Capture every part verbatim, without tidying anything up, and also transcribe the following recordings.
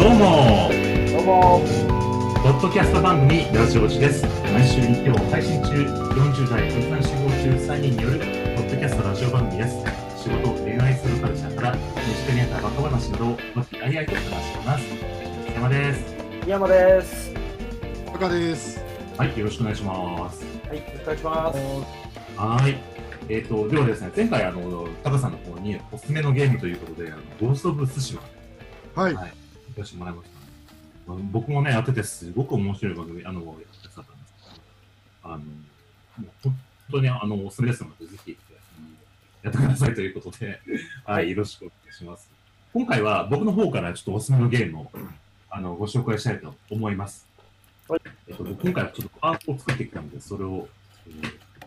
どうもどうもポッドキャスト番組ラジオジです。毎週日曜配信中、よんじゅう代分散集合中さんにんによるポッドキャストラジオ番組です。仕事、恋愛するカルチャーから身近にあったバカ話などを和気あいあいと話しています。山です。 山です。 赤です。 はい、よろしくお願いします。 はい、よろしくお願いします。 はい。えっ、ー、と、ではですね、前回あのタカさんの方におすすめのゲームということで、あのゴースト・オブ・ツシマ、 はい、 はい、やらせてもらいました。僕もね、やっててすごく面白い番組、あの、やってたんですけど、あの、もう本当にあの、おすすめですので、ぜひ、やってくださいということで、はい、よろしくお願いします。今回は僕の方からちょっとおすすめのゲームを、あの、ご紹介したいと思います。はい、えっと、今回はちょっとパートを作ってきたので、それを、え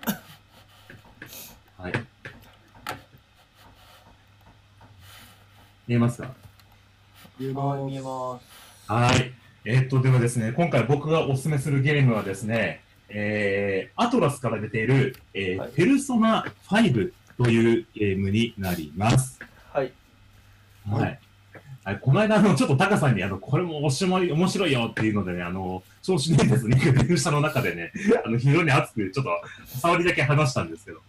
ー、はい。見えますか？ 見えます。見えます。 はい。えー、っと、ではですね、今回僕がお勧めするゲームはですね、えー、アトラスから出ている、えーはい、ペルソナファイブというゲームになります。 はい。 はい。はい、この間、あの、ちょっとタカさんに、あの、これも面白い、面白いよっていうのでね、あの、調子伝説に電車の中でね、あの、非常に熱く、ちょっと、触りだけ話したんですけど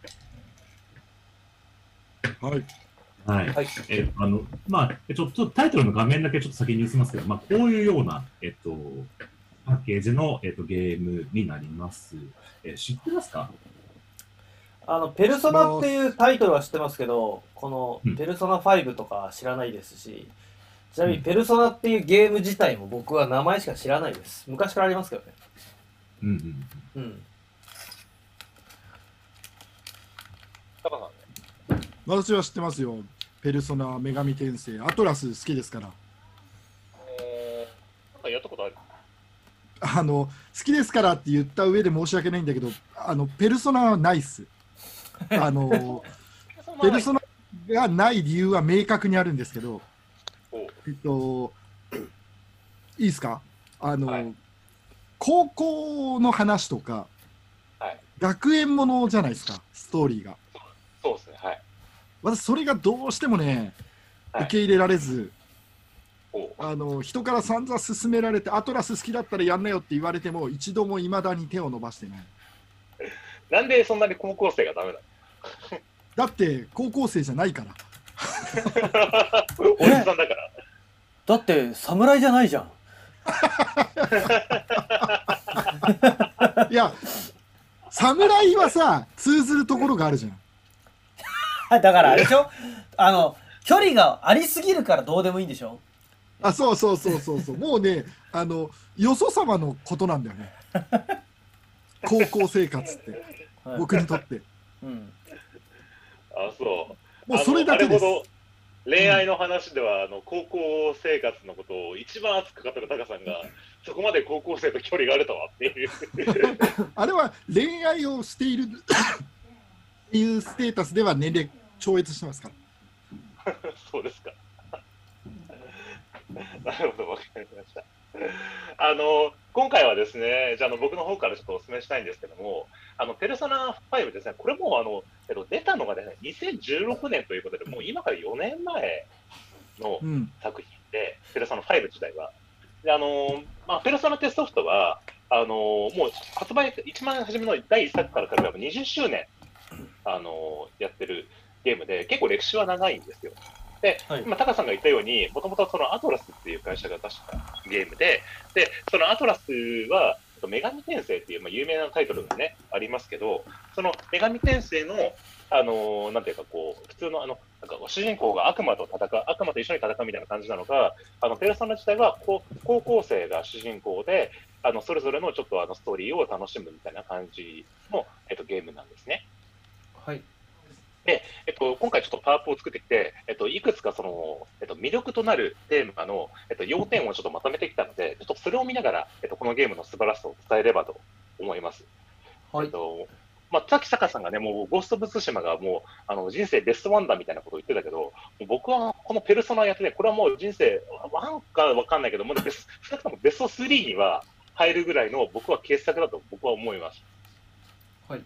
も。はい。 はい。はい、えっと、あの、まあ、ちょっとタイトルの画面だけちょっと先に移しますけど、まあ、こういうような、えっと、パッケージの、えっと、ゲームになります。えー、知ってますか？ あの、ペルソナっていうタイトルは知ってますけど、この、ペルソナファイブとか知らないですし、うん、ちなみに、ペルソナっていうゲーム自体も僕は名前しか知らないです。昔からありますけどね。 うんうんうん。うん。 私は知ってますよ。ペルソナ、女神転生、アトラス好きですから。 えー、なんかやったことある？ あの、好きですからって言った上で申し訳ないんだけど、あの、ペルソナはないっす。あの、ペルソナがない理由は明確にあるんですけど、えっと、いいですか？あの、はい、高校の話とか、はい、学園ものじゃないですか、ストーリーが。 そうですね、はい。 私それがどうしてもね、受け入れられず、はい、あの人から散々勧められてアトラス好きだったらやんなよって言われても一度もいまだに手を伸ばしてない。 なんでそんなに高校生がダメなの？ だって高校生じゃないから。 おじさんだから。 だって侍じゃないじゃん。 いや、侍はさ通ずるところがあるじゃん。 だからあれでしょ、あの距離がありすぎるからどうでもいいんでしょ。 あ、そうそうそうそうそう。もうね、あのよそ様のことなんだよね。高校生活って僕にとって。 うん、あ、そう。 もうそれだけです。 恋愛の話では、うん、あの高校生活のことを一番熱く語るタカさんがそこまで高校生と距離があるとはっていう。 あれは恋愛をしているっていうステータスでは年齢超越してますから。 そうですか。なるほど、わかりました。あの今回はですね、じゃあの僕の方からちょっとお勧めしたいんですけども、あのペルソナファイブですね、これもあの、えっと、出たのがですね、にせんじゅうろくねんということで、もう今からよねんまえの作品で、うん、ペルソナファイブ自体は。であのまあ、ペルソナってソフトは、あのもう発売一番初めのだいいっさくから比べればにじゅっしゅうねん、あのやってるゲームで、結構歴史は長いんですよ。で、はい、今、タカさんが言ったように、もともとそのアトラスっていう会社が出したゲームで、で、そのアトラスは、女神転生っていう、まあ、有名なタイトルがね、ありますけど、その女神転生の、あのー、なんていうかこう、普通のあの、なんか主人公が悪魔と戦う、悪魔と一緒に戦うみたいな感じなのか、あの、ペルソナ自体はこう高校生が主人公で、あの、それぞれのちょっとあの、ストーリーを楽しむみたいな感じの、えっと、ゲームなんですね。 はい。 で、えっと、今回ちょっとパワーアップを作ってきて、えっと、いくつかその、えっと、魅力となるテーマの、えっと、要点をちょっとまとめてきたので、ちょっとそれを見ながら、えっと、このゲームの素晴らしさを伝えればと思います。はい。えっと、まあ、滝坂さんがね、もう、ゴースト・オブ・ツシマがもう、あの、人生ベストワンだみたいなことを言ってたけど、僕はこのペルソナやってね、これはもう人生、ワンかわかんないけど、もうベス少なくともベストスリーには入るぐらいの僕は傑作だと僕は思います。 はい。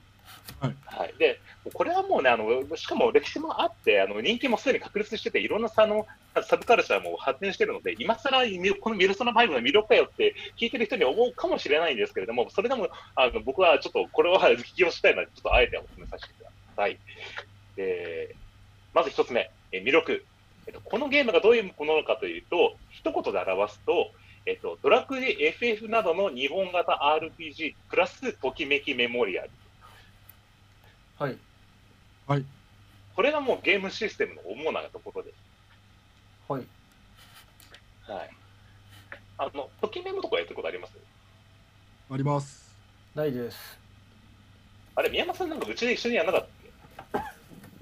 はいはい、でこれはもうね、あのしかも歴史もあって、あの人気もすでに確立してて、いろんなさあのサブカルチャーも発展しているので、今更このペルソナファイブの魅力かよって聞いてる人に思うかもしれないんですけれども、それでもあの僕はちょっとこれは聞きをしたいので、ちょっとあえてお勧めさせてください。でまず一つ目、え魅力、えっと。このゲームがどういうものなのかというと、一言で表すと、えっと、ドラクエ エフエフ などの日本型 アールピージー プラスときめきメモリアル。 はい。 はい。 これがもうゲームシステムの主なところです。 はい。 はい。あの、ときメモとかやってることあります？ あります。 ないです。 あれ、宮本さんなんかうちで一緒にやらなかったっけ？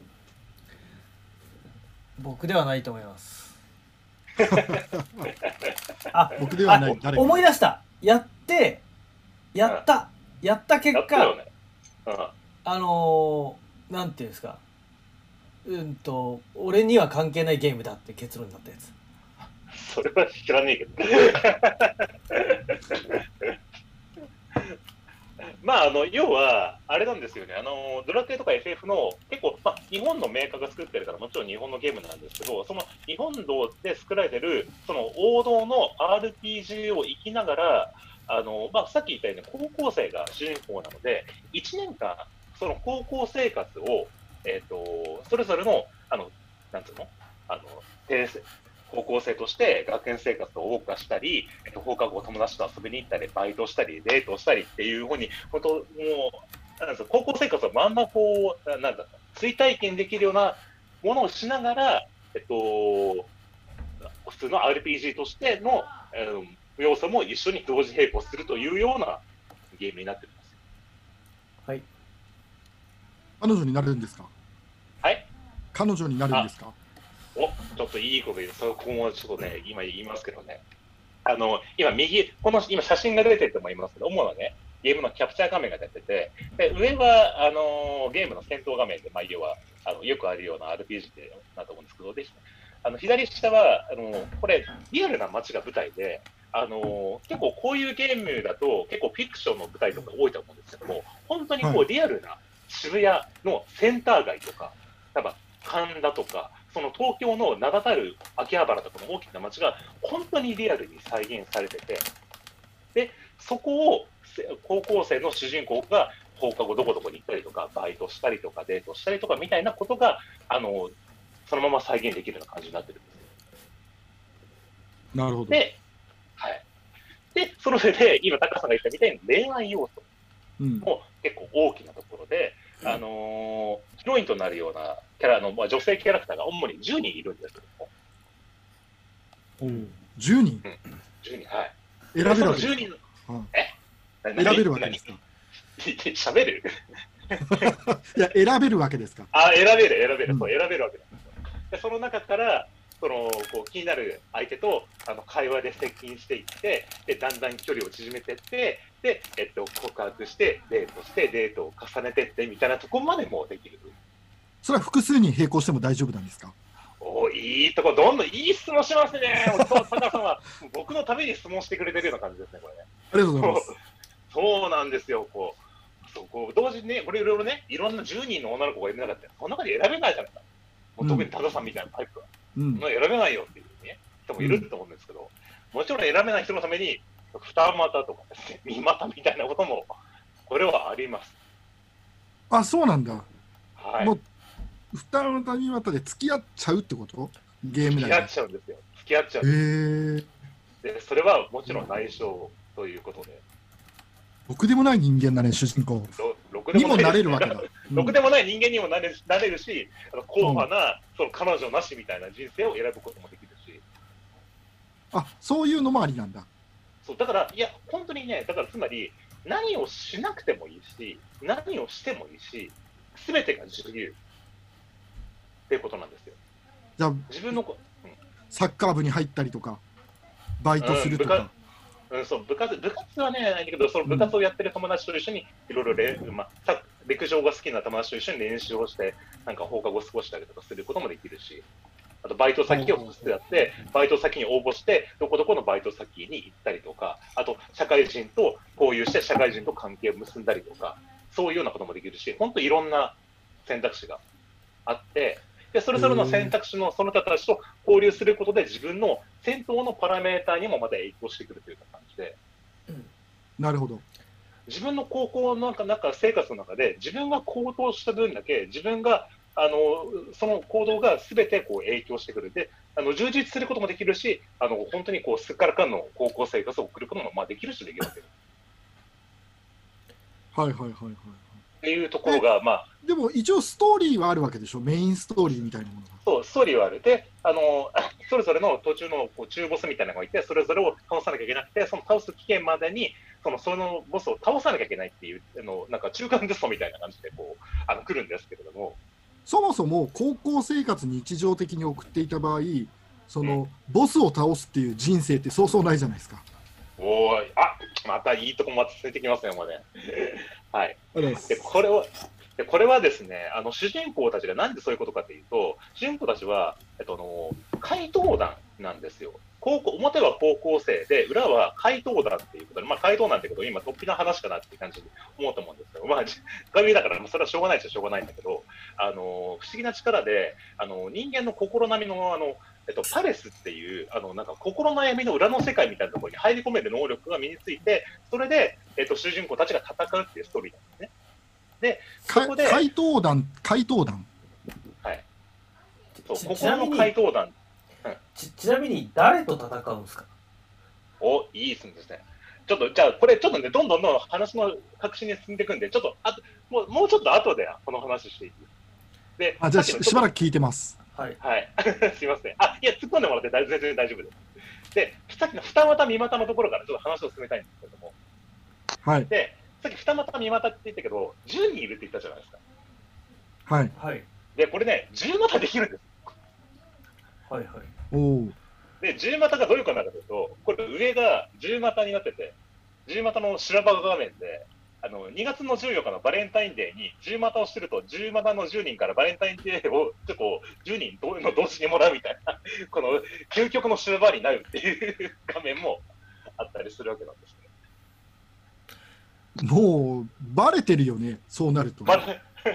僕ではないと思います。あ、 僕ではない。 誰か思い出した。やって、やった。うん、やった結果、 やったよね。うん、 あのー、なんていうんですか。うんと、俺には関係ないゲームだって結論になったやつ。 それは知らねえけど。まあ、あの要は、あれなんですよね、あのドラクエとか エフエフ の結構、まあ、日本のメーカーが作ってるから、もちろん日本のゲームなんですけど、その日本で作られてるその王道の アールピージー を生きながら、あのまあ、さっき言ったように高校生が主人公なので、いちねんかん、その高校生活を、えー、とそれぞれの、あのなんつうの、あの高校生として学園生活を謳歌したり、えっと、放課後友達と遊びに行ったり、バイトしたり、デートしたりっていうふうに、本当もう、なんですか、高校生活をまんまこう、なんだ、追体験できるようなものをしながら、えっと、普通の アールピージー としての、えー、要素も一緒に同時並行するというようなゲームになってるんですよ。 はい。 彼女になるんですか？ はい。 彼女になるんですか？ お、ちょっといいこと言う。そこもちょっとね、今言いますけどね。あの、今右、この今写真が出てると思いますけど、主なね、ゲームのキャプチャー画面が出てて、で上はあのゲームの戦闘画面で、まあ、要はあのよくあるような アールピージー でなと思うんですけど、であの左下はあのこれ、リアルな街が舞台で、あの結構こういうゲームだと、結構フィクションの舞台とか多いと思うんですけども、本当にこうリアルな渋谷のセンター街とか、多分神田とか、その東京の名だたる秋葉原とかの大きな街が本当にリアルに再現されてて、でそこを高校生の主人公が放課後どこどこに行ったりとか、バイトしたりとか、デートしたりとかみたいなことが、あのそのまま再現できるような感じになってるんですよ。なるほど。 で、はい、でその上で、今、タカさんが言ったみたいに恋愛要素も結構大きなところで、うん、あのー、ヒロインとなるようなキャラの、まあ、女性キャラクターが主にじゅうにんいるんですけども。 うん、じゅうにん、 うん、じゅうにん、はい。 選べるわけですか？じゅうにん、 うん、え選べるわけですか？ 喋るいや、選べるわけですか？ あ、選べる、選べる、うん、そう、選べるわけです。で、その中から、そのこう気になる相手とあの会話で接近していって、でだんだん距離を縮めていって、で、えっと、告白して、デートして、デートを重ねていってみたいなところまでもできる。 それは複数に並行しても大丈夫なんですか？ おいいとこ、どんどんいい質問しますね。タカさんは僕のために質問してくれてるような感じですね、これね。 ありがとうございます。 そうなんですよ、こう。そうこう同時にね、これいろいろね、いろんなじゅうにんの女の子がいる中で、その中で選べないじゃないですか。もう特に多田さんみたいなタイプは。うん、選べないよっていうね、人もいると思うんですけど、うん、もちろん選べない人のために、二股とかですね、三股みたいなことも、これはあります。 あ、そうなんだ。 はい。 もう二股三股で付き合っちゃうってこと？ゲーム内で。 付き合っちゃうんですよ。付き合っちゃう。 へー。 で、それはもちろん内緒ということで。 ろくでもない人間だね、主人公。にもなれるわけだ。 ろくでもない人間にもなれるなれるし、あの硬派な、うん、その彼女なしみたいな人生を選ぶこともできるし。 あ、そういうのもありなんだ。 そうだから、いや、本当にね、だからつまり、何をしなくてもいいし、何をしてもいいし、すべてが自由っていうことなんですよ。 じゃあ、 自分のこ、 うん、サッカー部に入ったりとか、バイトするとか。 うん、うん、そう部活部活はね、ないんだけど、その部活をやってる友達と一緒に、いろいろレ、まあ、陸上が好きな友達と一緒に練習をして、なんか放課後過ごしたりとかすることもできるし、あとバイト先を複数やって、バイト先に応募して、どこどこのバイト先に行ったりとか、あと社会人と交友して、社会人と関係を結んだりとか、 そういうようなこともできるし、本当いろんな選択肢があって、でそれぞれの選択肢のその他たちと交流することで自分の戦闘のパラメーターにもまた影響してくるという感じで、 なるほど。 自分の高校の中、中生活の中で自分が行動した分だけ自分があのその行動がすべてこう影響してくる。であの充実することもできるし、あの本当にこうすっからかんの高校生活を送ることもまあできるしできるわけです。 はいはいはいはい。 っていうところが、まあ、 でも一応ストーリーはあるわけでしょ、メインストーリーみたいなものが。 そう、ストーリーはある。で、あのそれぞれの途中のこう中ボスみたいなのがいて、それぞれを倒さなきゃいけなくて、その倒す期限までに、そのそのボスを倒さなきゃいけないっていう、あのなんか中間テストみたいな感じでこうあの来るんですけれども。 そもそも高校生活日常的に送っていた場合、その、うん、ボスを倒すっていう人生ってそうそうないじゃないですか。 おーい、あ、またいいとこまでついてきますね、もうね。はい。で、これは、でこれはですね、あの主人公たちがなんでそういうことかというと、主人公たちは、えっと、の怪盗団なんですよ。高校表は高校生で、裏は怪盗団っていうことで、まあ、怪盗なんだけど、今、突飛な話かなっていう感じで思うと思うんですけど、まあ、神だから、それはしょうがないっちゃしょうがないんだけど、あの不思議な力で、あの人間の心並みの、あのえっと、パレスっていう、あのなんか心の闇の裏の世界みたいなところに入り込める能力が身について、それで、えっと、主人公たちが戦うっていうストーリーなんですね。で、そこで怪盗団、怪盗団。 はい。そう、心の怪盗団。 ち, ちなみに誰と戦うんですか？ お、いいですね。ちょっとじゃあこれちょっとね、どんどんどん話の核心に進んでいくんで、ちょっとあともうもうちょっと後でこの話していく。 で、あ、じゃあ し, しばらく聞いてます。 はい。はい。すみません。あ、いや突っ込んでもらって全然大丈夫です。で、さっきの二股三股のところからちょっと話を進めたいんですけども。 はい。 で、さっき二股三股って言ったけど、じゅうにんいるって言ったじゃないですか。 はい。 はい。 で、これね、じゅう股できるんです。 はいはい。 おお。 で、じゅう股がどういうことなのかというと、これ上がじゅう股になってて、じゅう股の修羅場画面で、あのにがつのじゅうよっかのバレンタインデーにじゅう股をしてると、じゅう股のじゅうにんからバレンタインデーをちょっとじゅうにんの同時にもらうみたいな、この究極の修羅場になるっていう画面もあったりするわけなんですね。もう、バレてるよね、そうなると、ね。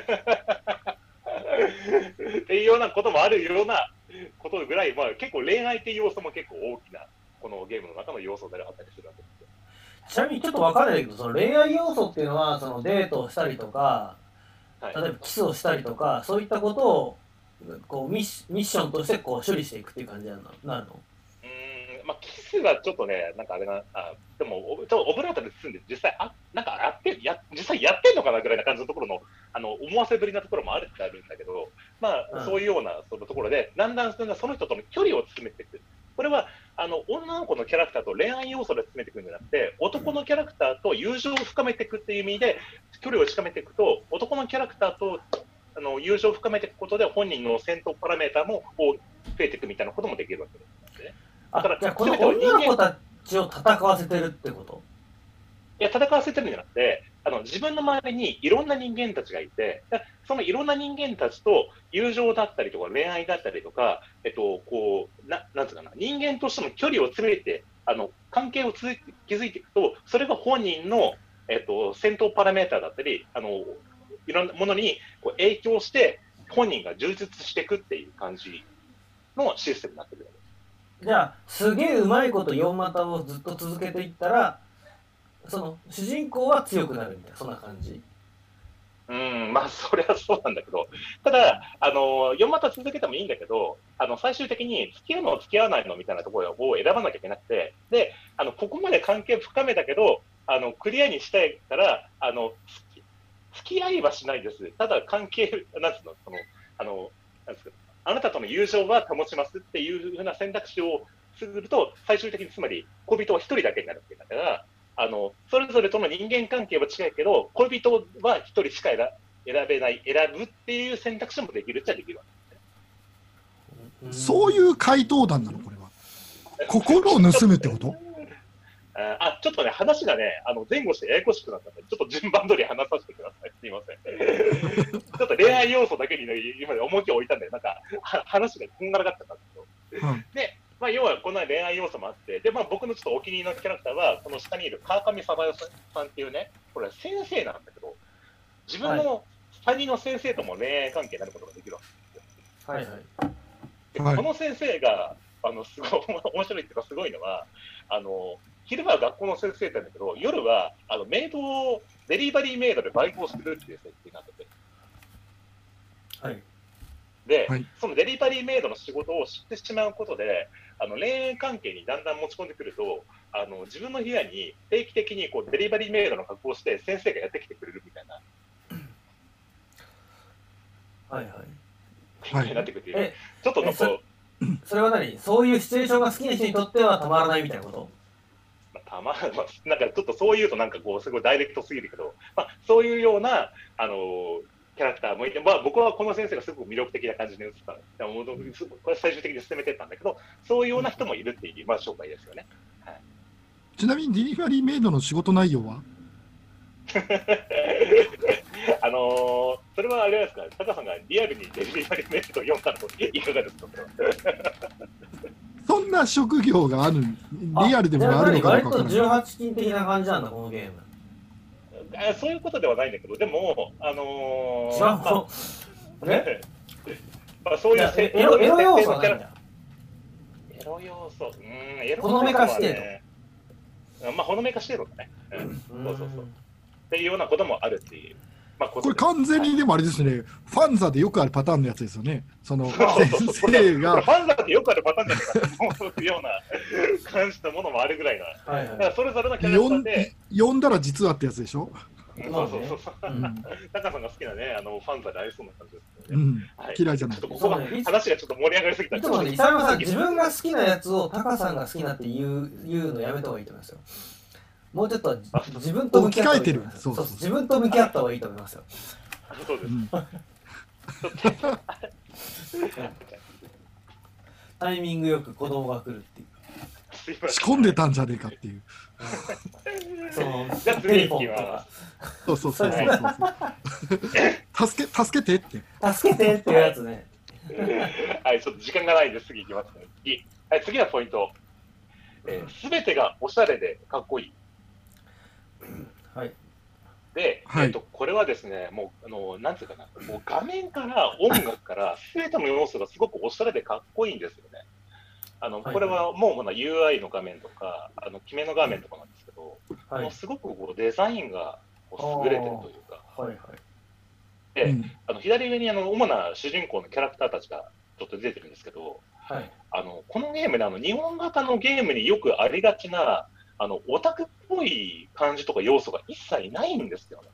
っていうようなこともあるようなことぐらい、まあ、結構恋愛っていう要素も結構大きなこのゲームの中の要素であったりするわけですよ。 ちなみにちょっと分かんないけど、その恋愛要素っていうのはそのデートをしたりとか、はい、例えばキスをしたりとか、そういったことをこうミッションとしてこう処理していくっていう感じになるの？ うーん、まあ、キスはちょっとね、なんかあれな、あでもちょっとオブラートで包んで実際あなんかやってや実際やってんのかなぐらいな感じのところのあの思わせぶりなところもあるってあるんだけど、まあ、うん、そういうようなそのところでだんだんその人との距離を詰めていく。これはあの女の子のキャラクターと恋愛要素で詰めていくんじゃなくて、男のキャラクターと友情を深めていくっていう意味で距離を近めていくと、男のキャラクターとあの友情を深めていくことで本人の戦闘パラメーターも増えていくみたいなこともできるわけですね。 だからじゃあこの女の子たちを戦わせてるってこと？ いや、戦わせてるんじゃなくて、あの自分の周りにいろんな人間たちがいて、そのいろんな人間たちと友情だったりとか恋愛だったりとか、えっと、こうななんつうかな、人間としての距離を詰めてあの関係を築いていくと、それが本人の、えっと、戦闘パラメーターだったり、あのいろんなものにこう影響して本人が充実していくっていう感じのシステムになってるわけです。 じゃあすげえうまいことよん股をずっと続けていったら、その主人公は強くなるみたいな、そんな感じ。 うん、まあそれはそうなんだけど、ただあのよん股続けてもいいんだけど、あの最終的に付き合うの付き合わないのみたいなところを選ばなきゃいけなくて、であのここまで関係深めたけどあのクリアにしたいからあの付き合いはしないです。ただ関係なんつうのそのあのなんつうかあなたとの友情は保ちますっていうふうな選択肢をすると、最終的につまり恋人は一人だけになるわけだから、あのそれぞれとの人間関係は違うけど、恋人は一人しか選べない、選ぶっていう選択肢もできるっちゃできるわけですね。そういう回答団なの、これは。心を盗むってこと？ あ、ちょっとね、話がね、あの前後してややこしくなったので、ちょっと順番通り話させてください。すみません。ちょっと恋愛要素だけに、ね、今で重きを置いたんで、なんか話がこんがらがっちゃったんですけど。うん、で、まあ、要はこの恋愛要素もあって、で、まあ、僕のちょっとお気に入りのキャラクターは、この下にいる川上サバヨさんっていうね、これ先生なんだけど、 自分の担任の先生とも恋愛関係になることができるわけですよ。 はいはい。 ではいこの先生があのすごい面白いっていうかすごいのは、あの昼間は学校の先生なんだけど、夜はあのメイドをデリバリーメイドでバイトをするっていう設定になってて、 はい。 で、 はいそのデリバリーメイドの仕事を知ってしまうことで、あの恋愛関係にだんだん持ち込んでくると、あの自分の部屋に定期的にこうデリバリーメイドの格好をして先生がやってきてくれるみたいなはいはい。 感じになってくるっていう、 え、 ちょっとなんかえそれは何そういうシチュエーションが好きな人にとってはたまらないみたいなこと？ まあたままあ、なんかちょっとそういうとなんかこうすごいダイレクトすぎるけど、まあ、そういうようなあのキャラクターもいて、まあ、僕はこの先生がすごく魅力的な感じに映ったでもこれ最終的に進めてったんだけど、そういうような人もいるっていう、まあ、紹介ですよね。はい、 ちなみにデリバリーメイドの仕事内容はあのー、それはあれですか、タカさんがリアルにデリバリーメイドを読んだのいかがですか？ そんな職業がある、リアルでもあるのかどうかわからない。 割とじゅうはち禁的な感じなんだ、このゲーム。 あそういうことではないんだけど、でも、あのー、 違う、 まあねまあ、そういうエロエロ要素はないんだ。 エロ要素、うん、エロほのめかしてるの。まあ、ほのめかしてるのね。うん、そうそうそう。っていうようなこともあるっていう。まあ、ここれ完全にでもあれですね、ファンザでよくあるパターンのやつですよね。そのそう先そうそう生がファンザってよくあるパターンじゃないかと思うような感じのものもあるぐらいな。 はいだからそれぞれのキャラクタ呼んーで、 呼んだら実はってやつでしょ。 そうそうそうそう。 うんタカさんが好きなね、あのファンザでありそうな感じですよね。 うんはい、 嫌いじゃないちょっとここが話がちょっと盛り上がりすぎた。 いつもね、伊沢山さん、自分が好きなやつをタカさんが好きなって言う言うのやめた方がいいと思いますよ。もうちょっと自分と向き合った方がいいと思いますよ。 そうそうそう自分と向き合った方がいいと思いますよ。 そうです。 うんタイミングよく子供が来るっていう。 すいません仕込んでたんじゃねえかっていう。 そのじゃあテレ次行きフォンとかま。 そうそうそうそうそう。助け助けてって。 助けてっていうやつね。 はい、ちょっと時間がないんで次行きますね。次、はい、次のポイント。すべ、えー、てがおしゃれでかっこいい。 はい。 で、 はいえっと、これはですね、もう、あの、なんていうかな、もう画面から音楽からすべての要素がすごくおしゃれでかっこいいんですよね。あの、これはもう、まだ ユーアイ の画面とか、あの、決めの画面とかなんですけど、 はいもうすごくこうデザインがこう優れてるというか、 はいはい。 で、 うんあの左上にあの主な主人公のキャラクターたちがちょっと出てるんですけど、 はい。 あのこのゲームであの日本型のゲームによくありがちなあのオタクっぽい感じとか要素が一切ないんですよね。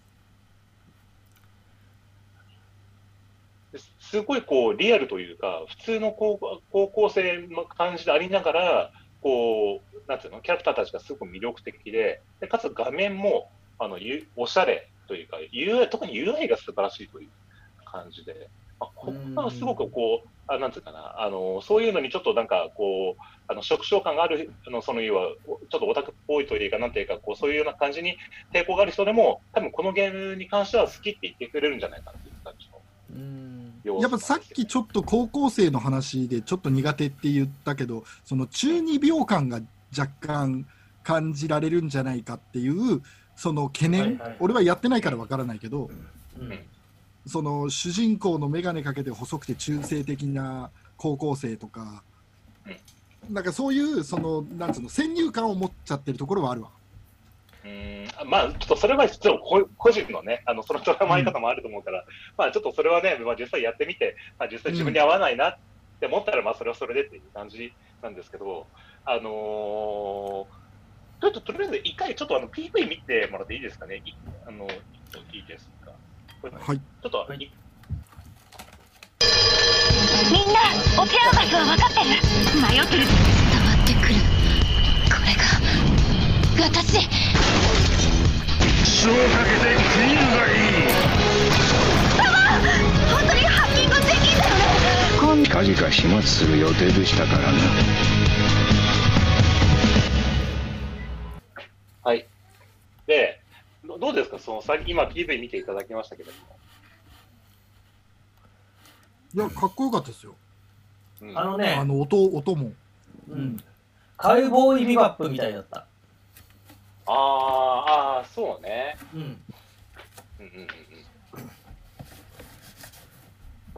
すごいこうリアルというか、普通の高高校生の感じでありながら、こうなんていうの、キャラクターたちがすごく魅力的で、でかつ画面もあのゆおしゃれというか、ユーアイ 特に ユーアイ が素晴らしいという感じで、あここがすごくこう、あなんていうかな、あのそういうのにちょっとなんかこう、あの触傷感がある、あのその要はちょっとオタクっぽいというか、なんていうか、こうそういうような感じに抵抗がある人でも、多分このゲームに関しては好きって言ってくれるんじゃないかなという感じの。 やっぱさっきちょっと高校生の話でちょっと苦手って言ったけど、その中二病感が若干感じられるんじゃないかっていうその懸念、 はいはい、 俺はやってないからわからないけど、 うん、 その主人公の眼鏡かけて細くて中性的な高校生とか、なんかそういうそのなんつうの先入観を持っちゃってるところはあるわ。 うんまあ、ちょっとそれはちょっと個人のね、あのその捉まえ方もあると思うから、うん、まあちょっとそれはね、まあ、実際やってみて、まあ、実際自分に合わないなって思ったら、まあそれはそれでっていう感じなんですけど、あのー、ちょっととりあえず一回ちょっとあの ピーブイ 見てもらっていいですかね。いあのいいですか。これはい。 ちょっと、はい、 みんなオペラバスは分かってる？迷ってる。伝わってくる。これが私。 そうかけてクイーンがいい。 ママ、本当にハッキングできんだよね。今近々始末する予定でしたからな。 はい。で、どうですか、そのさ今 ピーブイ 見ていただきましたけども。 いや、かっこよかったですよ。 うん、 あのね、 あの音音も。 うん。カウボーイビバップみたいだった。 ああ、そうね。 うん。 うんうんうん。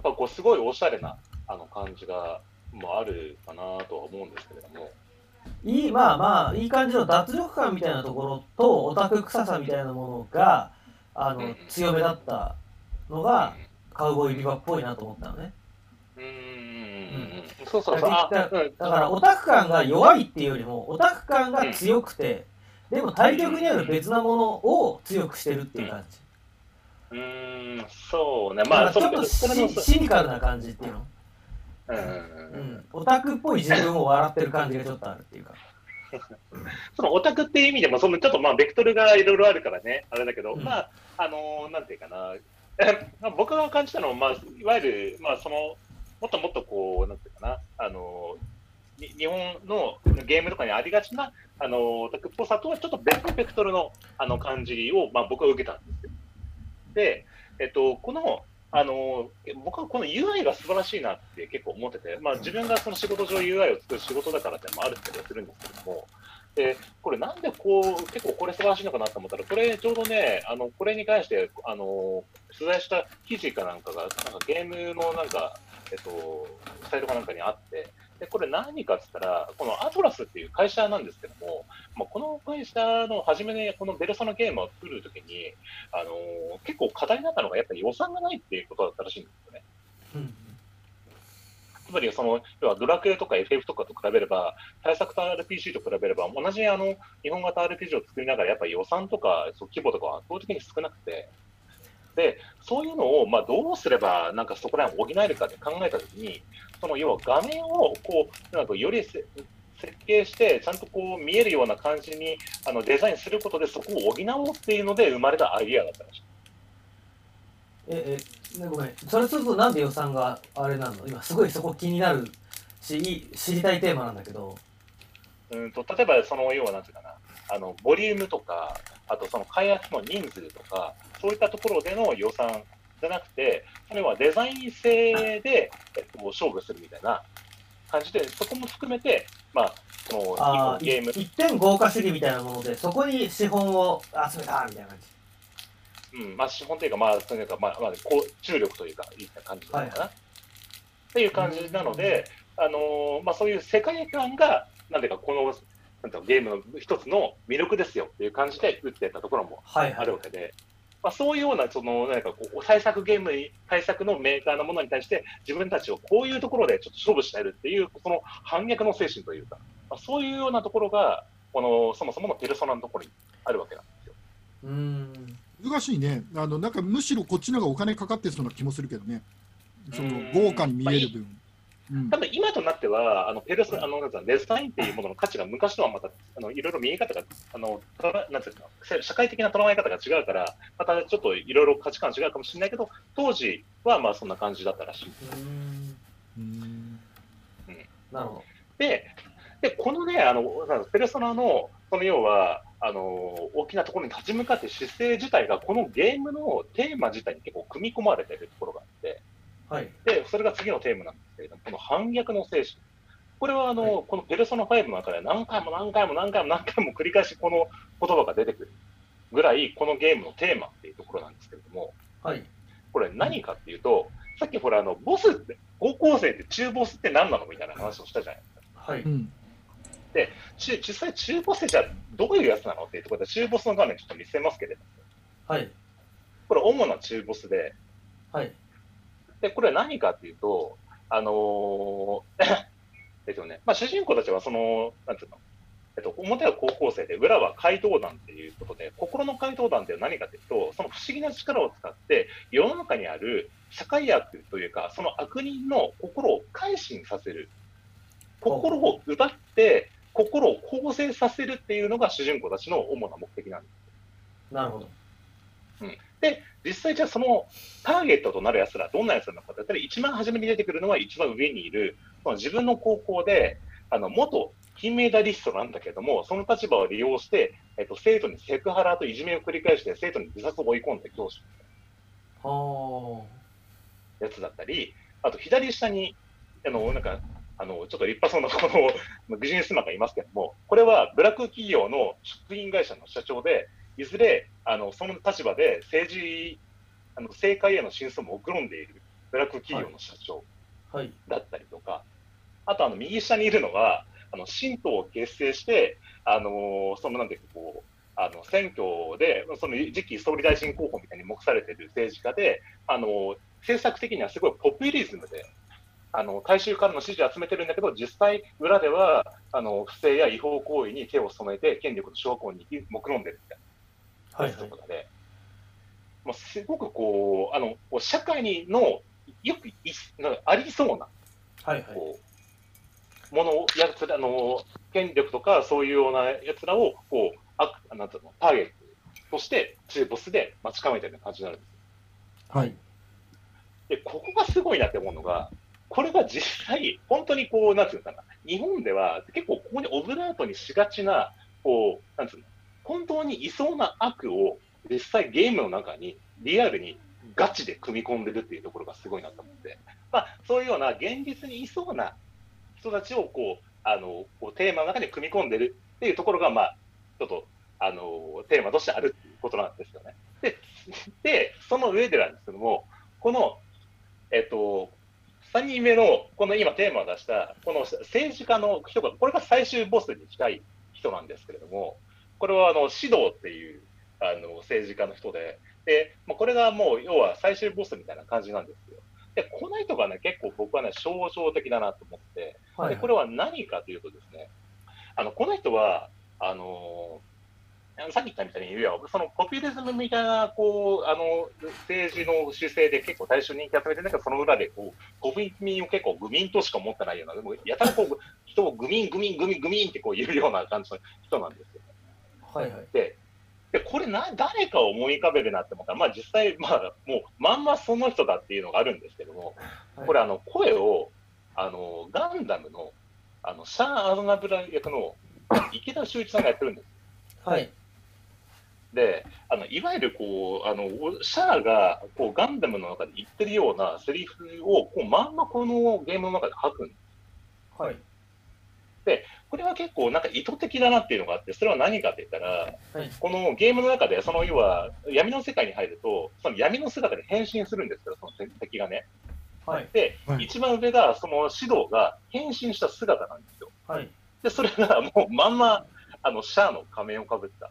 ぱこうすごいおしゃれなあの感じがもあるかなとは思うんですけれども。 いい、まあまあ、いい感じの脱力感みたいなところと、オタク臭さみたいなものが、あの、 うん、 強めだったのが、カウボーイビバっぽいなと思ったのね。 うん、うん、 うんそうそうそう。あ、 だうんだからオタク感が弱いっていうよりもオタク感が強くて、でも対極にある別なものを強くしてるっていう感じ。 うーん、そうね。 だまあ、 からちょっとそれもシシニカルな感じっていうの。 うんうんううんん、オタクっぽい自分を笑ってる感じがちょっとあるっていうか。 そのオタクっていう意味でも、そのちょっとまあベクトルがいろいろあるからね、あれだけど、 うんまあ、あのーなんていうかな、まあ僕が感じたのは、まあ、いわゆる、まあ、その、もっともっとこう、なんていうかな、あのーに日本のゲームとかにありがちな、あのーオタクっぽさとはちょっと別のベクトルのあの感じを、まあ、僕は受けたんですよ。で、えっと、この、あの僕はこの ユーアイ が素晴らしいなって結構思ってて、まあ、自分がその仕事上 ユーアイ を作る仕事だからってのもあるってするんですけども、でこれなんでこう結構これ素晴らしいのかなと思ったら、これちょうどね、あのこれに関してあの取材した記事かなんかがなんかゲームのなんか、えっと、サイトかなんかにあって、でこれ何かって言ったら、このアトラスっていう会社なんですけども、まあ、この会社の初めにこのベルソナゲームを作るときに、あのー、結構課題になったのがやっぱり予算がないっていうことだったらしいんですよね。 うんつまりその要はドラクエとか エフエフ とかと比べれば、対策と アールピージー と比べれば、同じあの日本型 アールピージー を作りながら、やっぱり予算とかそう規模とかは圧倒的に少なくて、でそういうのをまあどうすればなんかそこら辺を補えるかって考えたときに、その要は画面をこうなんかより設計して、ちゃんとこう見えるような感じにあのデザインすることで、そこを補おうっていうので生まれたアイディアだったらしい。 ええね、ごめん、それするとなんで予算があれなの？今すごいそこ気になるし、いい知りたいテーマなんだけど。 うんと例えばその要はなんていうかな、あのボリュームとか、あとその開発の人数とか、そういったところでの予算じゃなくて、それはデザイン性で、えっと、勝負するみたいな感じで、そこも含めて、まあ、そのあゲーム、 一点豪華主義みたいなもので、そこに資本を集めたみたいな感じ。 うんまあ、資本というか、まあ、というか、まあ、まあ、こう注力というか、いい感じなのかな、 はい、 っていう感じなので、あのーまあ、そういう世界観が、なんていうか、このなんていうかゲームの一つの魅力ですよっていう感じで打ってたところもはいはいあるわけで、まあ、そういうような、その、なんかこう、対策ゲームに、対策のメーカーのものに対して、自分たちをこういうところでちょっと勝負してやるっていう、その反逆の精神というか、まあ、そういうようなところが、この、そもそものペルソナのところにあるわけなんですよ。 うーん難しいね。あのなんかむしろこっちの方がお金かかってそうな気もするけどね。その豪華に見える分。うん多分今となっては、あのペルソあのなんていうのデザインっていうものの価値が昔とはまたあのいろいろ見え方が、あのとらなんていうの社会的な捉え方が違うから、またちょっといろいろ価値観違うかもしれないけど、当時はまあそんな感じだったらしい。 うーんうんなるほで、でこのね、あのなんかペルソナの、その要はあの大きなところに立ち向かって姿勢自体が、このゲームのテーマ自体に結構組み込まれているところがあって、 ど。はい。 でそれが次のテーマなんですけれども、この反逆の精神。これはあの、 はいこのペルソナファイブの中で何回も何回も何回も何回も繰り返しこの言葉が出てくるぐらい、このゲームのテーマっていうところなんですけれども、 はい。 これ何かっていうと、さっきほら、あのボスって、高校生って中ボスって何なのみたいな話をしたじゃないですか。 はい。 うん中実際、中ボスじゃどういうやつなのっていうところで、中ボスの画面ちょっと見せますけれども、 はい。 これ、主な中ボスで、 はい。 でこれは何かっていうと、あのーえっとねまあ、主人公たちはその、なんていうの、えっと、表は高校生で、裏は怪盗団っていうことで、心の怪盗団っていうのは何かというと、その不思議な力を使って、世の中にある社会悪というか、その悪人の心を改心させる、心を奪って、心を構成させるっていうのが主人公たちの主な目的なんです。 なるほど。 で、実際じゃあそのターゲットとなるやつら、どんなやつなのかといったら、一番初めに出てくるのは一番上にいる、その自分の高校で、あの元金メダリストなんだけども、その立場を利用して、えっと、生徒にセクハラといじめを繰り返して、生徒に自殺を追い込んで教師はのやつだったり、あと左下に、あのなんかあのちょっと立派そうなこのビジネスマンがいますけども、これはブラック企業の食品会社の社長で、いずれあのその立場で政治、あの政界への進出も目論んでいるブラック企業の社長はい。 だったりとか、あとあの右下にいるのは、あの新党を結成して、あのそのなんていうかこう、あの選挙で、その次期総理大臣候補みたいに目されている政治家で、あの政策的にはすごいポピュリズムで、あの大衆からの支持を集めてるんだけど、実際、裏ではあの不正や違法行為に手を染めて、権力の掌握に目論んでるみたいな。 はい。はい。 とかで、まあ、すごくこう、あの社会にのよくいなんかありそうなはい。はい。 こうものをやつらの権力とかそういうようなやつらをこうあなんていうのターゲットとして中ボスで待ち構えてるような感じになるんですよ。 はい。 でここがすごいなって思うのが、これが実際本当にこうなんていうのかな、日本では結構ここにオブラートにしがちなこうなんていうの本当にいそうな悪を実際ゲームの中にリアルにガチで組み込んでるっていうところがすごいなと思って、まあ、そういうような現実にいそうな人たちをこうあのこうテーマの中に組み込んでるっていうところが、まあ、ちょっとあのテーマとしてあるっていうことなんですよね。で、でその上でなんですけども、この、えっと、さんにんめのこの今テーマを出したこの政治家の人が、これが最終ボスに近い人なんですけれども、これはあの指導っていうあの政治家の人で、でまあ、これがもう要は最終ボスみたいな感じなんですよ。で、この人がね、結構僕はね、象徴的だなと思って、 はい。 でこれは何かというとですね、あのこの人は、あのさっき言ったみたいに、いやそのポピュリズムみたいなこうあの政治の姿勢で結構大衆人気集めてるんだけど、その裏でこう国民を結構愚民としか思ってないような、でもやたらこう人を愚民、愚民、愚民、愚民ってこう言うような感じの人なんですよ。 はい。はい。 ででこれな、誰かを思い浮かべるなって思ったら、まあ、実際、まあ、もうまんまその人だっていうのがあるんですけども、これ、あの声をあのガンダムのあのシャア・アズナブラ役の池田秀一さんがやってるんです。 はい。 で、あのいわゆるこうあのシャアがこうガンダムの中で言ってるようなセリフをこうまんまこのゲームの中で書くんです。 はい。 で、これは結構なんか意図的だなっていうのがあって、それは何かって言ったら、 はい。 このゲームの中で、その要は闇の世界に入ると、その闇の姿で変身するんですけど、その敵がね。 はい。 で、 はい一番上が、その指導が変身した姿なんですよ。 はい。 で、それがもうまんま、あの、シャアの仮面をかぶった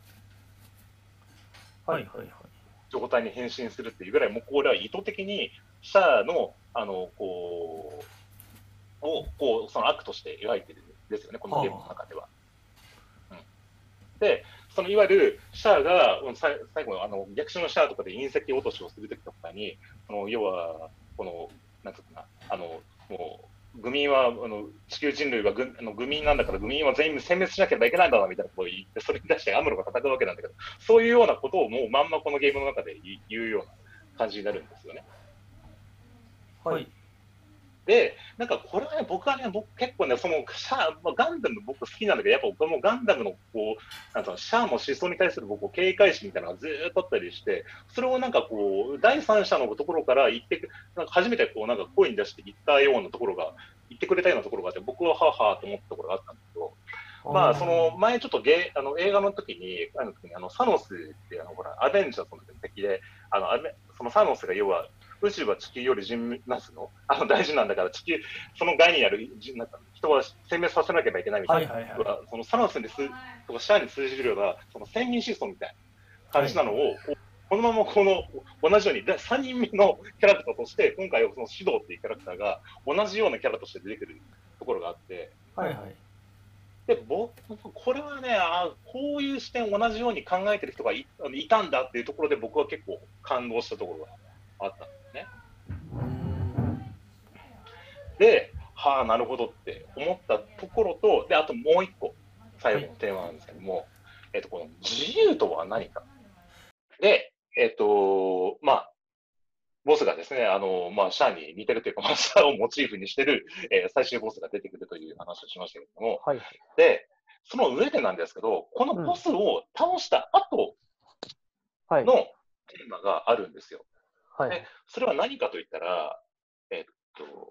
はい。はい。はい。 状態に変身するっていうぐらい、もうこれは意図的に、シャアの、あの、こう、を、こう、その悪として描いてるんですよね、このゲームの中では。うん、で、そのいわゆるシャアが最最後のあの逆襲のシャアとかで隕石落としをするときとかに、あの要は、この、なんていうかな、あの、もう、愚民は、あの地球人類は愚あの愚民なんだから、愚民は全員殲滅しなければいけないんだなみたいなことを言って、それに対してアムロが戦うわけなんだけど、そういうようなことをもうまんまこのゲームの中で言うような感じになるんですよね。 はい。 で、なんかこれはね、僕はね、僕結構ね、そのシャア、ガンダム僕好きなんだけど、やっぱ僕もガンダムのこう、なんかシャアの思想に対する僕、警戒心みたいなのがずーっとあったりして、それをなんかこう、第三者のところから言って、なんか初めてこう、なんか声に出して言ったようなところが、言ってくれたようなところがあって、僕はははーと思ったところがあったんですけど、まあ、その前ちょっとゲあの映画の時に、あの時にあのサノスってあのほらアベンジャーズの敵で、あのそのサノスが要は宇宙は地球より人なすのあの大事なんだから地球その外にあるなんか人は殲滅させなければいけないみたいな、はいはいはい、そのサノスにすとかシャアに通じるようなその先民思想みたいな感じなのを、はい、このままこの同じようにさんにんめのキャラクターとして今回はその指導っていうキャラクターが同じようなキャラとして出てくるところがあって。はいはいで僕これはねあ、こういう視点を同じように考えてる人が い, いたんだっていうところで僕は結構感動したところがあったんですね。で、はあ、なるほどって思ったところと、であともう一個、最後のテーマなんですけども、はいえー、とこの自由とは何か。で、えっ、ー、と、まあ、ボスがですね、あの、まあ、シャアに似てるというか、まあ、シャアをモチーフにしてる、えー、最終ボスが出てくるという話をしましたけれども、はい、で、その上でなんですけど、このボスを倒した後のテーマがあるんですよ。はい、でそれは何かといったら、えっと、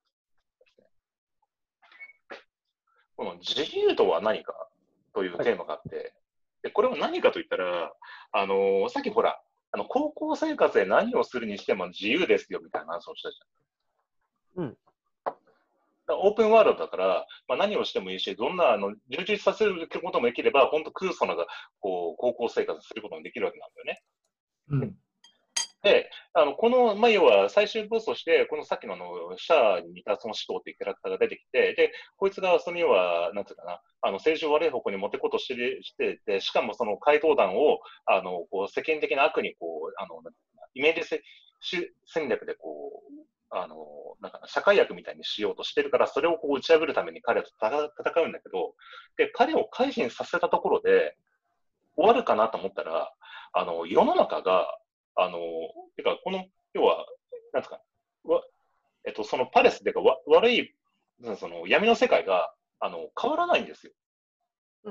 この自由とは何かというテーマがあって、はい、でこれは何かといったら、あの、さっきほら、 あの高校生活で何をするにしても自由ですよみたいな話をしたじゃん。 うん。 オープンワールドだから、まあ、何をしてもいいし、どんなあの充実させることもできれば、本当空想なこう高校生活することもできるわけなんだよね。 うん。 で、あのこの、まあ、要は最終ボスとして、このさっきのあのシャアに似たその使徒っていうキャラクターが出てきて、で、こいつがその要は、なんていうかな、あの政治を悪い方向に持っていこうとしてしてて、しかもその怪盗団をあのこう世間的な悪にこうあのイメージ戦略でこう、あのなんか社会悪みたいにしようとしてるから、それをこう打ち破るために彼と戦うんだけど、で彼を改心させたところで終わるかなと思ったら、あの世の中が、あのてかこの要はなんですか、わえっとそのパレスでかわ悪いその闇の世界があの変わらないんですよ。 うん。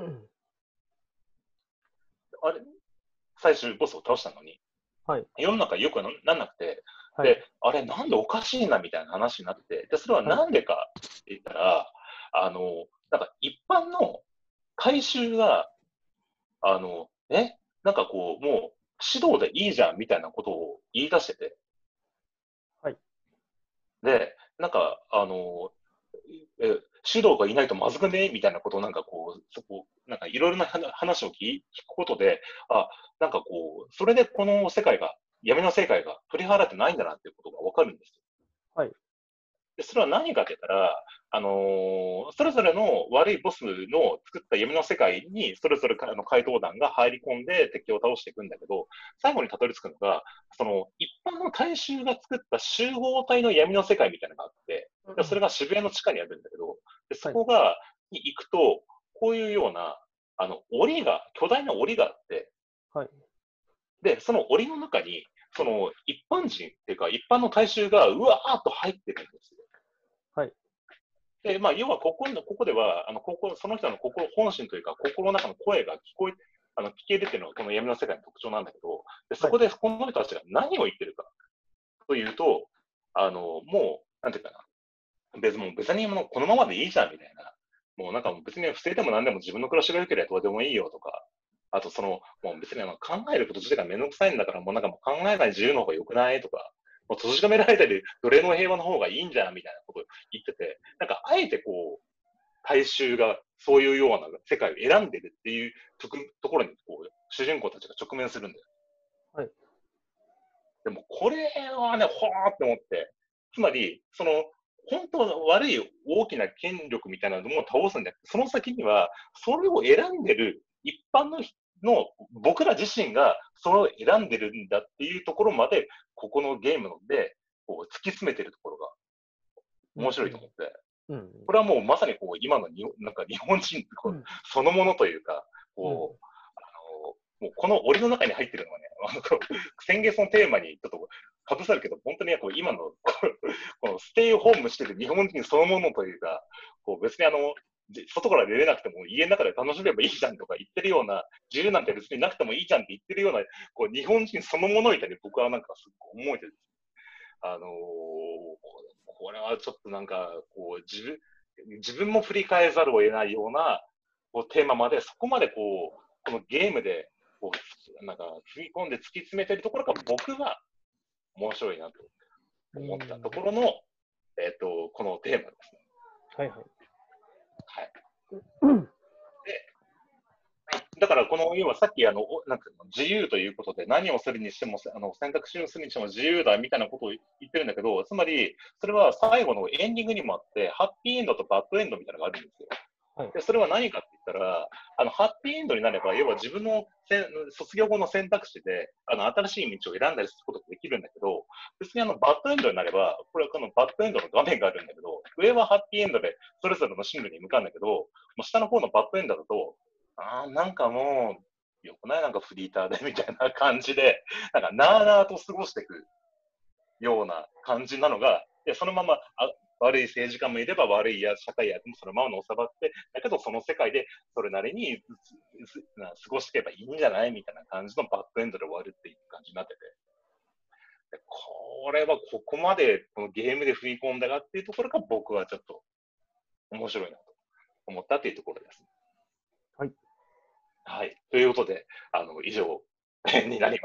あれ最終ボスを倒したのに、 はい。 世の中よくならなくて。 はい、 で、あれ、なんでおかしいなみたいな話になって、で、それはなんでかって言ったら、はい、あの、なんか一般の回収が、あの、え、なんかこう、もう指導でいいじゃんみたいなことを言い出してて。 はい。 で、なんか、あの、え、指導がいないとまずくねみたいなことをなんかこう、そこ、なんかいろいろな話を聞くことで、あ、なんかこう、それでこの世界が、闇の世界が取り払ってないんだなっていうことがわかるんですよ。 はい。 で、それは何かって言ったら、あのー、それぞれの悪いボスの作った闇の世界に、それぞれの怪盗団が入り込んで敵を倒していくんだけど、最後にたどり着くのが、その一般の大衆が作った集合体の闇の世界みたいなのがあって、でそれが渋谷の地下にあるんだけど、でそこが、に行くと、こういうような、あの、檻が、巨大な檻があって、 はい。 で、その檻の中に、その一般人っていうか、一般の大衆がうわーっと入ってるんですよ。 はい。 で、まあ、要はここ、ここでは、あの、ここ、その人の心、本心というか、心の中の声が聞こえ、あの、聞けるっていうのがこの闇の世界の特徴なんだけど、でそこでこの人たちが何を言ってるかというと、あの、もう、なんていうかな、別も別にもうこのままでいいじゃんみたいな、もうなんかもう別に不正でも何でも自分の暮らしが良ければどうでもいいよとか、あとその、もう別にあの考えること自体がめんどくさいんだから、もうなんかもう考えない自由の方が良くないとか、もう閉じ込められたり、奴隷の平和の方がいいんじゃんみたいなことを言ってて、なんかあえてこう、大衆がそういうような世界を選んでるっていうところにこう主人公たちが直面するんだよ。 はい。 でもこれはね、ほーって思って、つまり、その、本当の悪い大きな権力みたいなのも倒すんじゃなくて、その先には、それを選んでる一般のの僕ら自身がそれを選んでるんだっていうところまで、ここのゲームでこう突き詰めてるところが面白いと思って、うんうん、これはもうまさにこう今のになんか日本人こうそのものというか、こう、もうこの檻の中に入ってるのはね、先月のテーマにちょっとかぶさるけど、本当にこう今のこのステイホームしてる日本人そのものというか、こう別にあの、外から出れなくても家の中で楽しめばいいじゃんとか言ってるような、自由なんて別になくてもいいじゃんって言ってるような、こう日本人そのものみたいに僕はなんかすごく思えてるんです。あのー、これはちょっとなんか、こう自分、自分も振り返ざるを得ないようなこうテーマまで、そこまでこう、このゲームで、こう、なんか、踏み込んで突き詰めてるところが僕は面白いなと思ったところの、えっと、このテーマですね。 はいはい。 はい。で、だからこの、要はさっきあの、なんか自由ということで何をするにしても、あの選択肢をするにしても自由だみたいなことを言ってるんだけど、つまり、それは最後のエンディングにもあって、ハッピーエンドとバッドエンドみたいなのがあるんですよ。でそれは何かって言ったら、あのハッピーエンドになれば、要は自分の卒業後の選択肢であの新しい道を選んだりすることができるんだけど、別にあのバッドエンドになれば、これはこのバッドエンドの画面があるんだけど、上はハッピーエンドでそれぞれの進路に向かうんだけど、もう下の方のバッドエンドだと、あーなんかもう、よくないなんかフリーターでみたいな感じで、なんかなーなーと過ごしていくような感じなのが、いやそのまま、あ悪い政治家もいれば悪い社会役もそのままの収まって、だけどその世界でそれなりに過ごしていけばいいんじゃないみたいな感じのバッドエンドで終わるっていう感じになってて。でこれはここまでこのゲームで踏み込んだかっていうところが僕はちょっと面白いなと思ったっていうところです。 はい。 はい。ということで、あの、以上になります。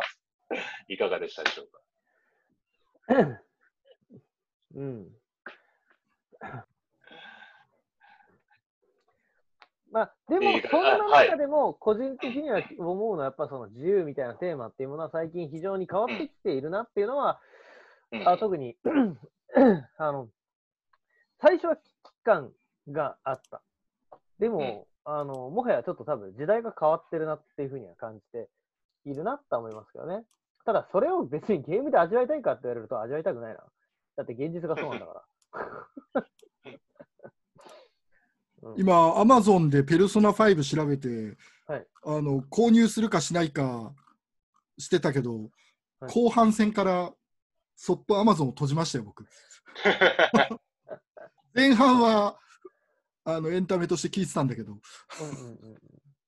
いかがでしたでしょうか。うん。まあ、でも、そんな中でも、個人的には思うのは、やっぱその自由みたいなテーマっていうものは最近非常に変わってきているなっていうのは、うん、あ特にあの、最初は危機感があった。でも、うん、あの、もはやちょっと多分時代が変わってるなっていうふうには感じているなと思いますけどね。ただ、それを別にゲームで味わいたいかって言われると味わいたくないな。だって現実がそうなんだから。 うん、今、アマゾンでペルソナファイブ調べて、 はい、 あの購入するかしないかしてたけど、はい、後半戦からそっとアマゾンを閉じましたよ、僕。前半はあのエンタメとして聞いてたんだけど。うんうんうん、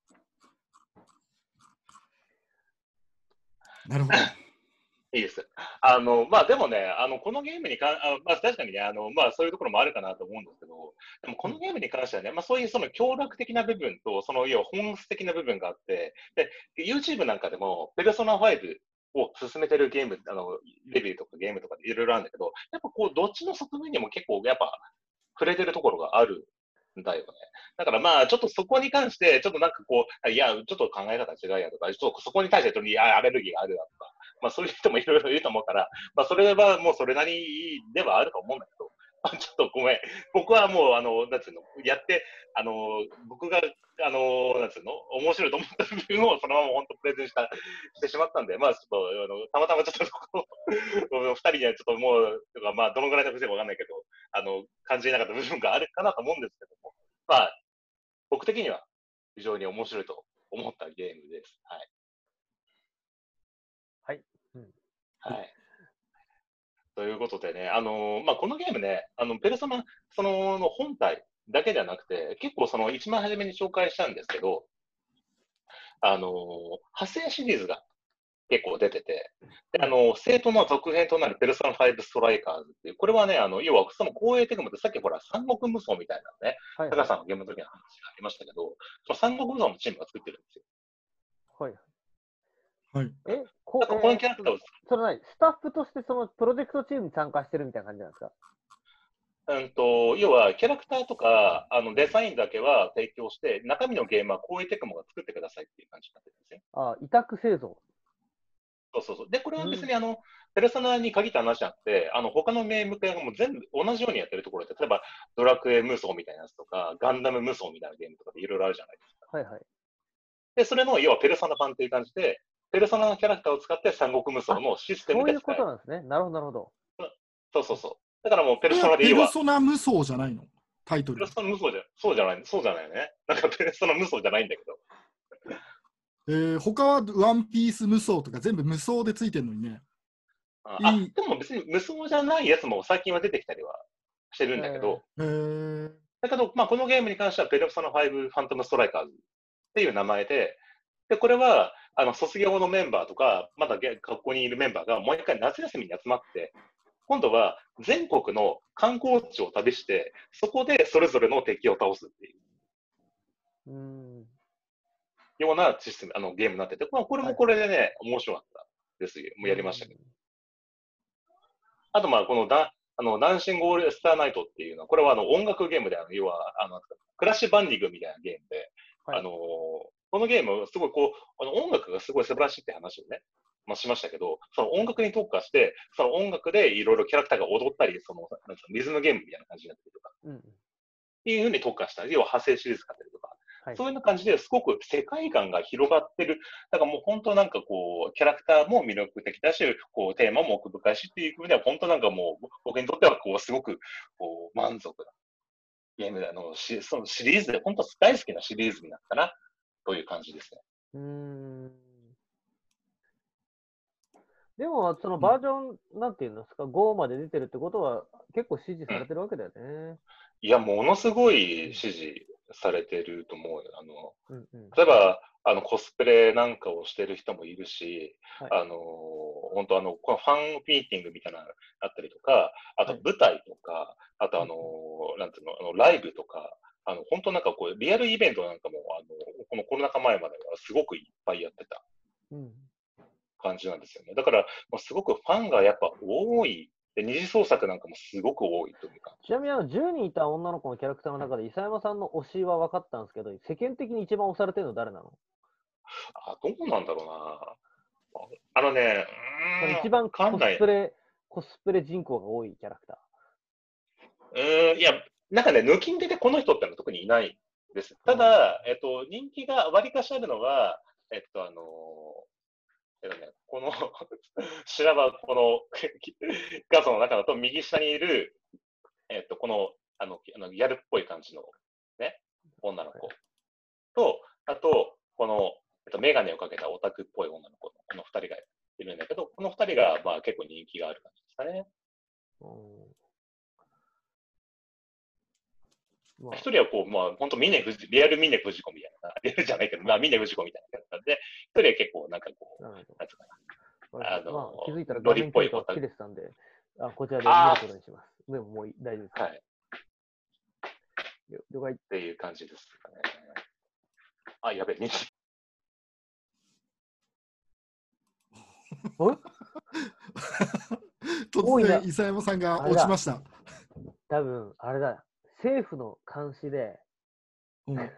なるほど。 いいです。あの、まあでもね、あの、このゲームにかあまあ確かにね、あの、まあそういうところもあるかなと思うんですけど、でもこのゲームに関してはね、まあそういうその協力的な部分と、その要は本質的な部分があって、で、YouTube なんかでも、ペルソナファイブを進めてるゲーム、あの、レビューとかゲームとかでいろいろあるんだけど、やっぱこう、どっちの側面にも結構やっぱ触れてるところがあるんだよね。だからまあ、ちょっとそこに関して、ちょっとなんかこう、いや、ちょっと考え方違うやとか、ちょっとそこに対して、いや、アレルギーがあるだとか、まあそういう人もいろいろいると思うから、まあそれはもうそれなりではあると思うんだけど、ちょっとごめん。僕はもう、あの、なんつうの、やって、あの、僕が、あの、なんつうの、面白いと思った部分をそのまま本当プレゼンした、してしまったんで、まあちょっと、あのたまたまちょっと、二人にはちょっともう、まあどのぐらいの不正かわかんないけど、あの、感じなかった部分があるかなと思うんですけども、まあ、僕的には非常に面白いと思ったゲームです。はい。 はい。うん、 はい。ということでね、あのー、まあ、このゲームね、あの、ペルソナ、その、の本体だけではなくて、結構その、一番初めに紹介したんですけど、あのー、派生シリーズが結構出てて、で、あの、正当な続編となるペルソナファイブストライカーズっていう、これはね、あの、要は、その光栄テクモってさっきほら、三国無双みたいなね、はいはい、高さんのゲームの時の話がありましたけど、その三国無双のチームが作ってるんですよ。 はい。 はい。 え、こう、このキャラクターを、えー、それ何スタッフとしてそのプロジェクトチームに参加してるみたいな感じなんですか？ うんと、要は、キャラクターとか、あの、デザインだけは提供して、中身のゲームは光栄テクモが作ってくださいっていう感じになってるんですよ。 ああ、委託製造。 そうそうそう。で、これは別にあの、うん、ペルソナに限った話じゃなくて、あの、他のゲーム系がもう全部同じようにやってるところで、例えば、ドラクエ無双みたいなやつとか、ガンダム無双みたいなゲームとかでいろいろあるじゃないですか。 はいはい。 で、それの、要はペルソナ版っていう感じで、ペルソナのキャラクターを使って三国無双のシステムで使える。 そういうことなんですね。なるほど、なるほど。 そうそうそう。だからもうペルソナで要は。 ペルソナ無双じゃないのタイトル。 ペルソナ無双じゃ、そうじゃない、そうじゃないね。なんかペルソナ無双じゃないんだけど。 えー、他はワンピース無双とか全部無双でついてるのにね。 ああ、でも別に無双じゃないやつも最近は出てきたりはしてるんだけど、 えー、 だけど、まあ、このゲームに関してはペルソナファイブファントムストライカーズっていう名前で、で、これは、あの、卒業のメンバーとか、まだ学校にいるメンバーがもう一回夏休みに集まって、今度は全国の観光地を旅して、そこでそれぞれの敵を倒すっていう。 うんようなシステム、あの、ゲームになってて、まあ、これもこれでね、はい、面白かったですよ。もうやりましたけど。あと、まあ、このダ、あの、ダンシングオールスターナイトっていうのは、これはあの、音楽ゲームで、あの、要は、あの、クラッシュバンディングみたいなゲームで、はい、あの、このゲーム、すごいこう、あの、音楽がすごい素晴らしいって話をね、まあ、しましたけど、その音楽に特化して、その音楽でいろいろキャラクターが踊ったり、その、なんかリズムゲームみたいな感じになってるとか、うん、っていうふうに特化した、要は派生シリーズ買ったりとか、はい、そういうような感じですごく世界観が広がってる。だからもう本当なんかこう、キャラクターも魅力的だし、こう、テーマも奥深いしっていうふうには、本当なんかもう、僕にとってはこう、すごく、こう、満足なゲームで、あの、しそのシリーズで、本当大好きなシリーズになったな、という感じですね。 うーん。でも、そのバージョン、うん、なんていうんですか、ごまで出てるってことは、結構支持されてるわけだよね。うん、 いや、ものすごい支持されてると思うよ。あの、うんうん、例えば、あの、コスプレなんかをしてる人もいるし、はい、あの、本当あの、このファンミーティングみたいなのあったりとか、あと舞台とか、はい、あとあの、うん、なんていうの、あの、ライブとか、あの、本当なんかこう、リアルイベントなんかも、あの、このコロナ禍前まではすごくいっぱいやってた感じなんですよね。だから、もうすごくファンがやっぱ多い。で、二次創作なんかもすごく多いというか。 ちなみにあのじゅうにんいた女の子のキャラクターの中で、伊佐山さんの推しは分かったんですけど、世間的に一番推されてるの誰なの？ あ、どうなんだろうな。あのね、うーん一番コわかんないスプレ、コスプレ人口が多いキャラクタうーん、いや、なんかね、抜きん出てこの人ってのは特にいないです。ただ、えっと、人気が割かしあるのは、えっと、あの、えっとね、この、修羅場、この画像の中だと右下にいる、えっと、この、あの、あのギャルっぽい感じの、ね、女の子と、あと、この、えっと、メガネをかけたオタクっぽい女の子の、この二人がいるんだけど、この二人が、まあ、結構人気がある感じですかね。 ー。うんまあ一人はこう、まあ、本当、峰藤リアル峰藤子みたいな、リアルじゃないけど、まあ、峰藤子みたいな感じで、一人は結構、なんかこう、 なるほどなんつうかな、あのまあ、気づいたらノ画面共有がリっぽいオタク切れてたんで、あこちらで見ることにします。でももう大丈夫です。 はい、 了了解。 っていう感じですかね。あ、やべえ、におい突多いな然、伊佐山さんが落ちました。 多分、あれだ。政府の監視で、 うん、 バ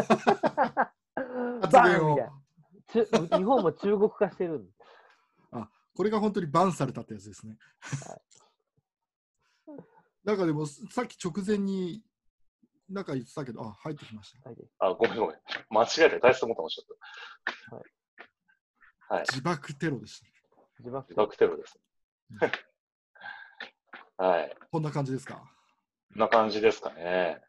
発言をーンみたいな。ち日本も中国化してるん。 あ、これが本当にバンされたってやつですね。なんかでも、さっき直前に、なんか言ってたけど、あ、入ってきました。 はい、 あ、ごめんごめん。間違えて大切なことおっしゃった。はい。はい、 自爆テロでした。 自爆自爆テロです。はい。 こんな感じですか。 こんな感じですかね。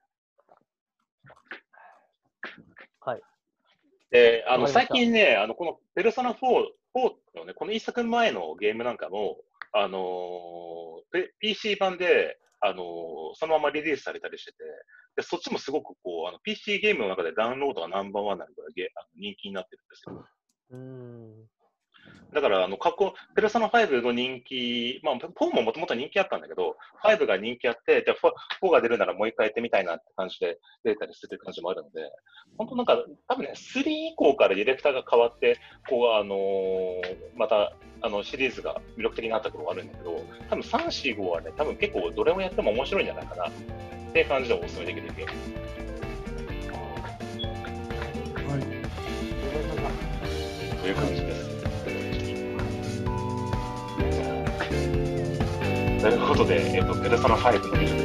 はい。 で、あの、 わかりました最近ね、あの、このペルソナフォー、フォーのね、この一作前のゲームなんかも、あのー、ピーシー 版で、あのー、そのままリリースされたりしてて、でそっちもすごくこう、あの ピーシー ゲームの中でダウンロードがナンバーワンになるぐらいゲあの人気になってるんですよ。 うーん。 だから、あの、過去、ペルソナファイブの人気、まあ、フォーももともと人気あったんだけど、ファイブが人気あって、じゃあフォーが出るならもう一回やってみたいなって感じで出たりする感じもあるので、本当なんか、多分ね、スリー以降からディレクターが変わって、こう、あのー、また、あの、シリーズが魅力的になったところがあるんだけど、多分さん、よん、ごはね、多分結構どれもやっても面白いんじゃないかな、っていう感じでお勧めできるゲーム。 はい。 という感じです。ということで、えっと、ペルソナファイブの魅力